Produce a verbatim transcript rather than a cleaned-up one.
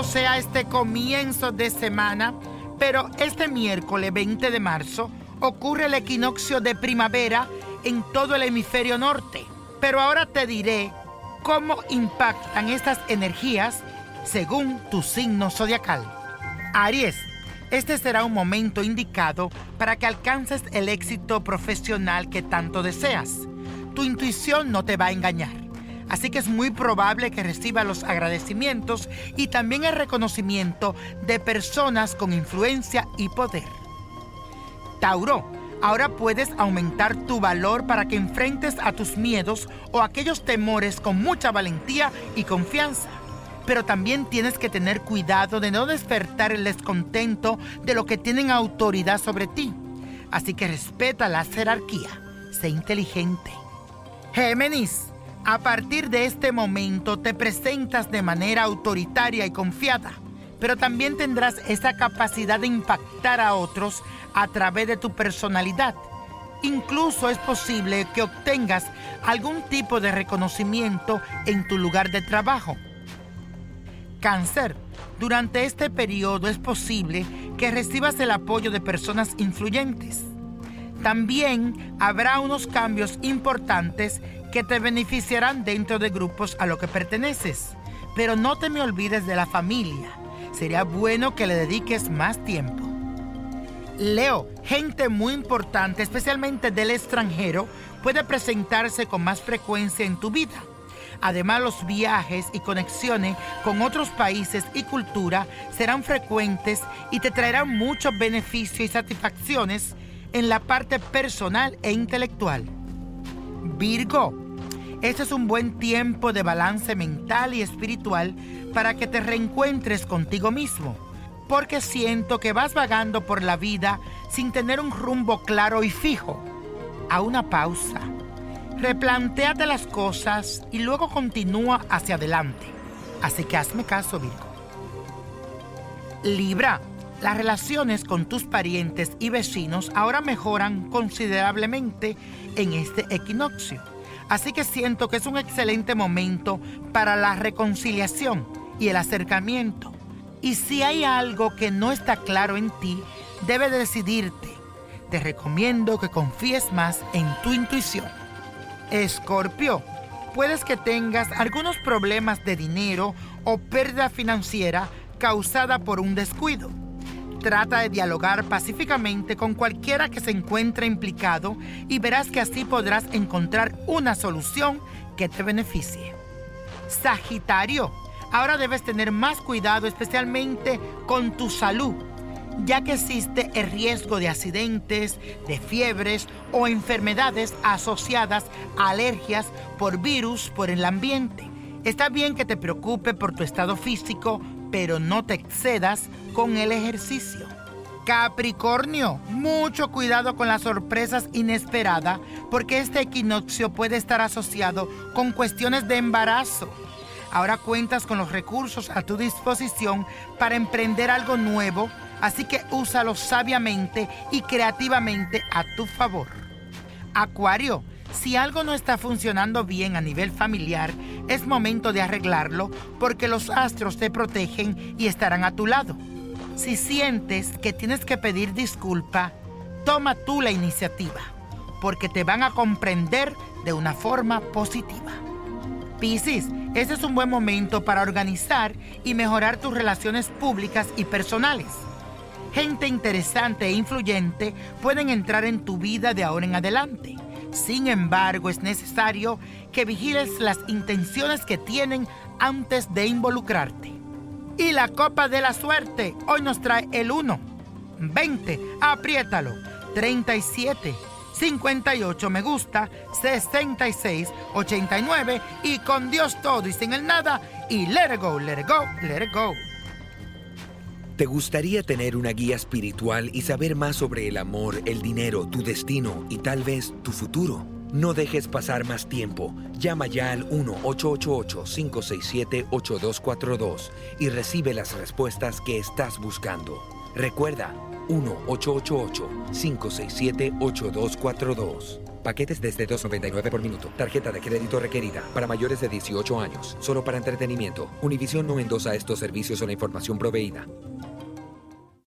Bienvenido sea este comienzo de semana, pero este miércoles veinte de marzo ocurre el equinoccio de primavera en todo el hemisferio norte. Pero ahora te diré cómo impactan estas energías según tu signo zodiacal. Aries, este será un momento indicado para que alcances el éxito profesional que tanto deseas. Tu intuición no te va a engañar, así que es muy probable que recibas los agradecimientos y también el reconocimiento de personas con influencia y poder. Tauro, ahora puedes aumentar tu valor para que enfrentes a tus miedos o aquellos temores con mucha valentía y confianza. Pero también tienes que tener cuidado de no despertar el descontento de los que tienen autoridad sobre ti. Así que respeta la jerarquía. Sé inteligente. Géminis, a partir de este momento te presentas de manera autoritaria y confiada, pero también tendrás esa capacidad de impactar a otros a través de tu personalidad. Incluso es posible que obtengas algún tipo de reconocimiento en tu lugar de trabajo. Cáncer, durante este periodo es posible que recibas el apoyo de personas influyentes. También habrá unos cambios importantes que te beneficiarán dentro de grupos a los que perteneces. Pero no te me olvides de la familia. Sería bueno que le dediques más tiempo. Leo, gente muy importante, especialmente del extranjero, puede presentarse con más frecuencia en tu vida. Además, los viajes y conexiones con otros países y cultura serán frecuentes y te traerán muchos beneficios y satisfacciones en la parte personal e intelectual. Virgo, este es un buen tiempo de balance mental y espiritual para que te reencuentres contigo mismo, porque siento que vas vagando por la vida sin tener un rumbo claro y fijo. A una pausa. Replantéate las cosas y luego continúa hacia adelante. Así que hazme caso, Virgo. Libra, las relaciones con tus parientes y vecinos ahora mejoran considerablemente en este equinoccio. Así que siento que es un excelente momento para la reconciliación y el acercamiento. Y si hay algo que no está claro en ti, debes decidirte. Te recomiendo que confíes más en tu intuición. Escorpio, puedes que tengas algunos problemas de dinero o pérdida financiera causada por un descuido. Trata de dialogar pacíficamente con cualquiera que se encuentre implicado y verás que así podrás encontrar una solución que te beneficie. Sagitario, ahora debes tener más cuidado especialmente con tu salud, ya que existe el riesgo de accidentes, de fiebres o enfermedades asociadas a alergias por virus por el ambiente. Está bien que te preocupe por tu estado físico, pero no te excedas con el ejercicio. Capricornio, mucho cuidado con las sorpresas inesperadas, porque este equinoccio puede estar asociado con cuestiones de embarazo. Ahora cuentas con los recursos a tu disposición para emprender algo nuevo, así que úsalos sabiamente y creativamente a tu favor. Acuario, si algo no está funcionando bien a nivel familiar, es momento de arreglarlo porque los astros te protegen y estarán a tu lado. Si sientes que tienes que pedir disculpa, toma tú la iniciativa, porque te van a comprender de una forma positiva. Piscis, este es un buen momento para organizar y mejorar tus relaciones públicas y personales. Gente interesante e influyente pueden entrar en tu vida de ahora en adelante. Sin embargo, es necesario que vigiles las intenciones que tienen antes de involucrarte. Y la copa de la suerte hoy nos trae el uno, veinte, apriétalo, treinta y siete, cincuenta y ocho, me gusta, sesenta y seis, ochenta y nueve y con Dios todo y sin el nada y let it go, let it go, let it go. ¿Te gustaría tener una guía espiritual y saber más sobre el amor, el dinero, tu destino y tal vez tu futuro? No dejes pasar más tiempo. Llama ya al uno ocho ocho ocho, cinco seis siete, ocho dos cuatro dos y recibe las respuestas que estás buscando. Recuerda, uno ocho ocho ocho, cinco seis siete, ocho dos cuatro dos. Paquetes desde dos noventa y nueve por minuto. Tarjeta de crédito requerida para mayores de dieciocho años. Solo para entretenimiento. Univision no endosa estos servicios o la información proveída.